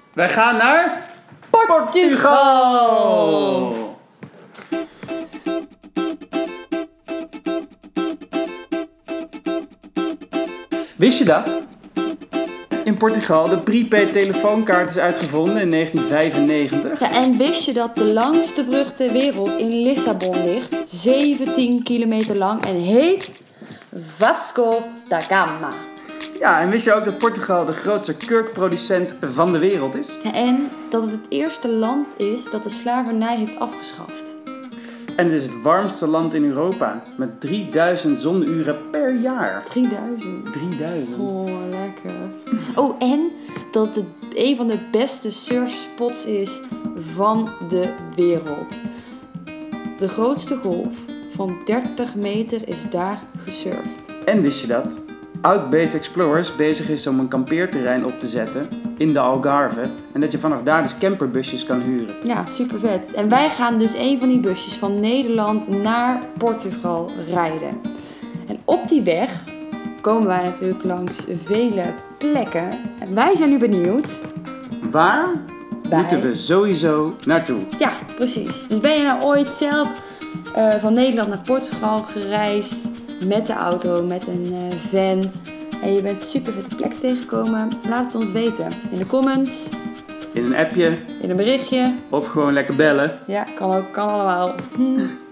Wij gaan naar Portugal! Wist je dat? In Portugal de prepaid telefoonkaart is uitgevonden in 1995. Ja, en wist je dat de langste brug ter wereld in Lissabon ligt? 17 kilometer lang en heet Vasco da Gama. Ja, en wist je ook dat Portugal de grootste kurkproducent van de wereld is? Ja, en dat het eerste land is dat de slavernij heeft afgeschaft. En het is het warmste land in Europa, met 3000 zonuren per jaar. 3000. 3000. Oh, lekker. Oh, en dat het een van de beste surfspots is van de wereld. De grootste golf van 30 meter is daar gesurfd. En wist je dat Outbase Explorers bezig is om een kampeerterrein op te zetten in de Algarve en dat je vanaf daar dus camperbusjes kan huren? Ja, super vet. En wij gaan dus een van die busjes van Nederland naar Portugal rijden. En op die weg komen wij natuurlijk langs vele plekken. En wij zijn nu benieuwd. Waar moeten we sowieso naartoe? Ja, precies. Dus ben je nou ooit zelf van Nederland naar Portugal gereisd met de auto, met een van en je bent super vette plekken tegengekomen? Laat het ons weten. In de comments. In een appje. In een berichtje. Of gewoon lekker bellen. Ja, kan ook, kan allemaal.